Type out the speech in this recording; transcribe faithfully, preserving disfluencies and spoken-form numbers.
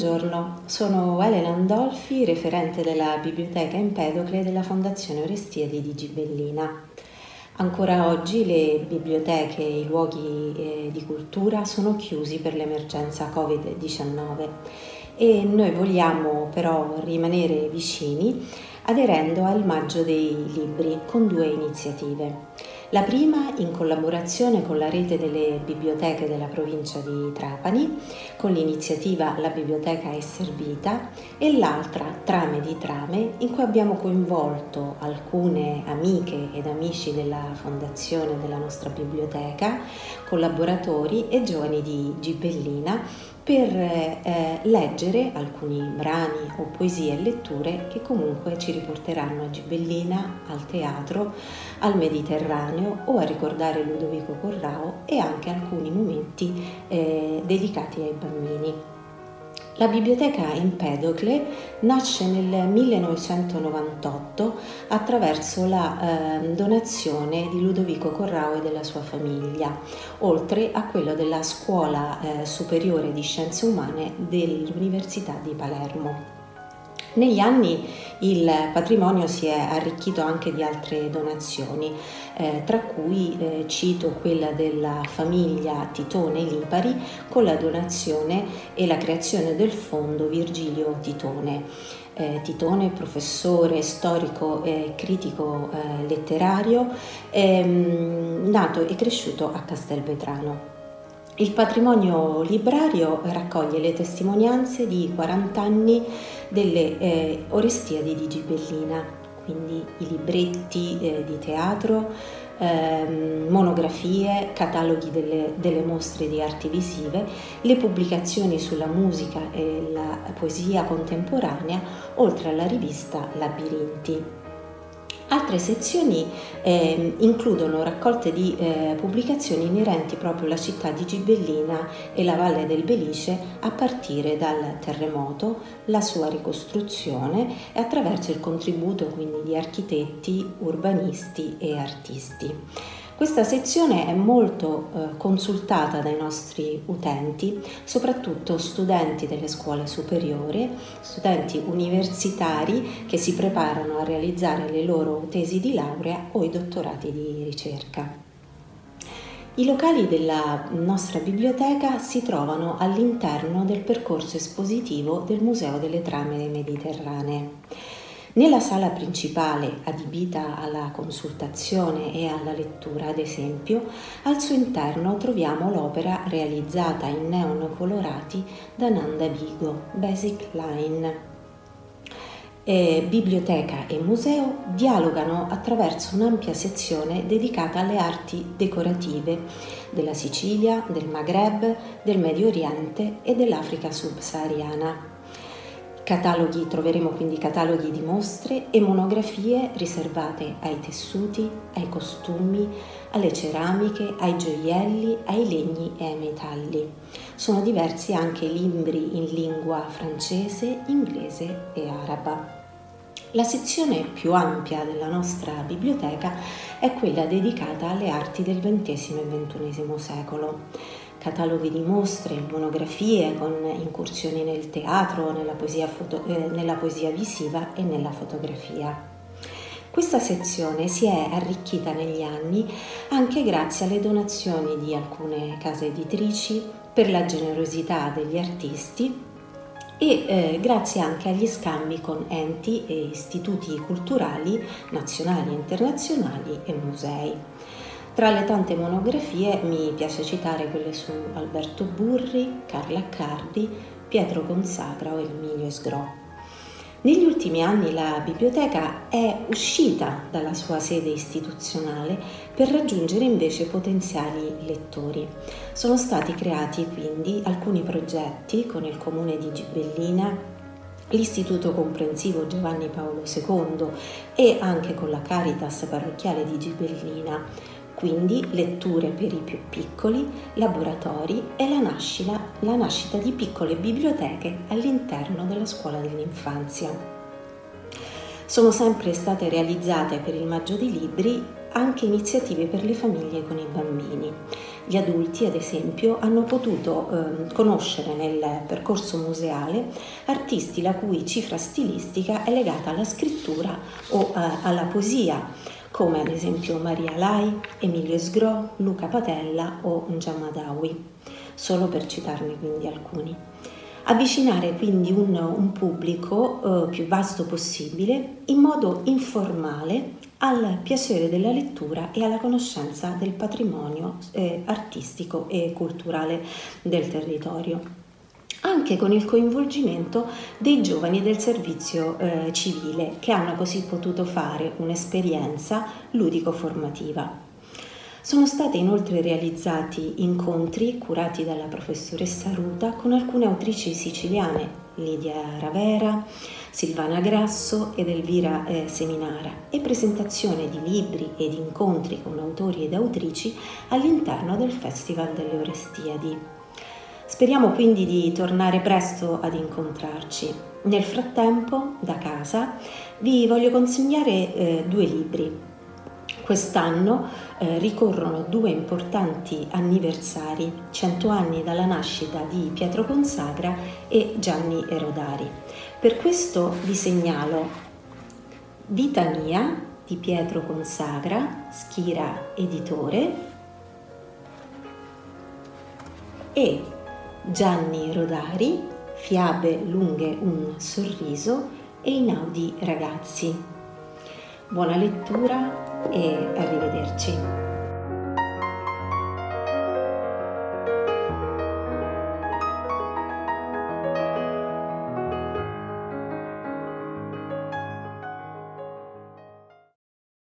Buongiorno, sono Elena Andolfi, referente della Biblioteca Empedocle della Fondazione Orestiadi di Gibellina. Ancora oggi le biblioteche e i luoghi eh, di cultura sono chiusi per l'emergenza covid diciannove e noi vogliamo però rimanere vicini aderendo al Maggio dei Libri con due iniziative. La prima in collaborazione con la rete delle biblioteche della provincia di Trapani, con l'iniziativa La Biblioteca è Servita, e l'altra Trame di Trame, in cui abbiamo coinvolto alcune amiche ed amici della fondazione della nostra biblioteca, collaboratori e giovani di Gibellina, per eh, leggere alcuni brani o poesie e letture che comunque ci riporteranno a Gibellina, al teatro, al Mediterraneo o a ricordare Ludovico Corrao e anche alcuni momenti eh, dedicati ai bambini. La Biblioteca Empedocle nasce nel millenovecentonovantotto attraverso la eh, donazione di Ludovico Corrao e della sua famiglia, oltre a quello della Scuola eh, Superiore di Scienze Umane dell'Università di Palermo. Negli anni il patrimonio si è arricchito anche di altre donazioni, eh, tra cui eh, cito quella della famiglia Titone Lipari con la donazione e la creazione del fondo Virgilio Titone. Eh, Titone, professore, storico e critico eh, letterario, ehm, nato e cresciuto a Castelvetrano. Il patrimonio librario raccoglie le testimonianze di quaranta anni delle eh, Orestiadi di Gibellina, quindi i libretti eh, di teatro, eh, monografie, cataloghi delle, delle mostre di arti visive, le pubblicazioni sulla musica e la poesia contemporanea, oltre alla rivista Labirinti. Altre sezioni eh, includono raccolte di eh, pubblicazioni inerenti proprio alla città di Gibellina e la Valle del Belice a partire dal terremoto, la sua ricostruzione e attraverso il contributo quindi di architetti, urbanisti e artisti. Questa sezione è molto eh, consultata dai nostri utenti, soprattutto studenti delle scuole superiori, studenti universitari che si preparano a realizzare le loro tesi di laurea o i dottorati di ricerca. I locali della nostra biblioteca si trovano all'interno del percorso espositivo del Museo delle Trame Mediterranee. Nella sala principale, adibita alla consultazione e alla lettura, ad esempio, al suo interno troviamo l'opera realizzata in neon colorati da Nanda Vigo, Basic Line. Eh, biblioteca e museo dialogano attraverso un'ampia sezione dedicata alle arti decorative della Sicilia, del Maghreb, del Medio Oriente e dell'Africa subsahariana. Cataloghi, troveremo quindi cataloghi di mostre e monografie riservate ai tessuti, ai costumi, alle ceramiche, ai gioielli, ai legni e ai metalli. Sono diversi anche i libri in lingua francese, inglese e araba. La sezione più ampia della nostra biblioteca è quella dedicata alle arti del ventesimo e ventunesimo secolo. Cataloghi di mostre, monografie con incursioni nel teatro, nella poesia, foto, eh, nella poesia visiva e nella fotografia. Questa sezione si è arricchita negli anni anche grazie alle donazioni di alcune case editrici, per la generosità degli artisti e eh, grazie anche agli scambi con enti e istituti culturali nazionali e internazionali e musei. Tra le tante monografie mi piace citare quelle su Alberto Burri, Carla Accardi, Pietro Consagra o Emilio Sgro. Negli ultimi anni la biblioteca è uscita dalla sua sede istituzionale per raggiungere invece potenziali lettori. Sono stati creati quindi alcuni progetti con il Comune di Gibellina, l'Istituto Comprensivo Giovanni Paolo secondo e anche con la Caritas Parrocchiale di Gibellina. Quindi letture per i più piccoli, laboratori e la nascita, la nascita di piccole biblioteche all'interno della scuola dell'infanzia. Sono sempre state realizzate per il Maggio dei Libri anche iniziative per le famiglie con i bambini. Gli adulti, ad esempio, hanno potuto eh, conoscere nel percorso museale artisti la cui cifra stilistica è legata alla scrittura o eh, alla poesia, come ad esempio Maria Lai, Emilio Sgro, Luca Patella o Njamadawi, solo per citarne quindi alcuni. Avvicinare quindi un, un pubblico eh, più vasto possibile in modo informale al piacere della lettura e alla conoscenza del patrimonio eh, artistico e culturale del territorio, anche con il coinvolgimento dei giovani del servizio eh, civile, che hanno così potuto fare un'esperienza ludico-formativa. Sono stati inoltre realizzati incontri curati dalla professoressa Ruta con alcune autrici siciliane, Lidia Ravera, Silvana Grasso ed Elvira eh, Seminara, e presentazione di libri ed incontri con autori ed autrici all'interno del Festival delle Orestiadi. Speriamo quindi di tornare presto ad incontrarci. Nel frattempo, da casa, vi voglio consegnare eh, due libri. Quest'anno eh, ricorrono due importanti anniversari, cento anni dalla nascita di Pietro Consagra e Gianni Rodari. Per questo vi segnalo Vita mia di Pietro Consagra, Schira Editore, e Gianni Rodari, Fiabe lunghe un sorriso e Inaudi ragazzi. Buona lettura e arrivederci.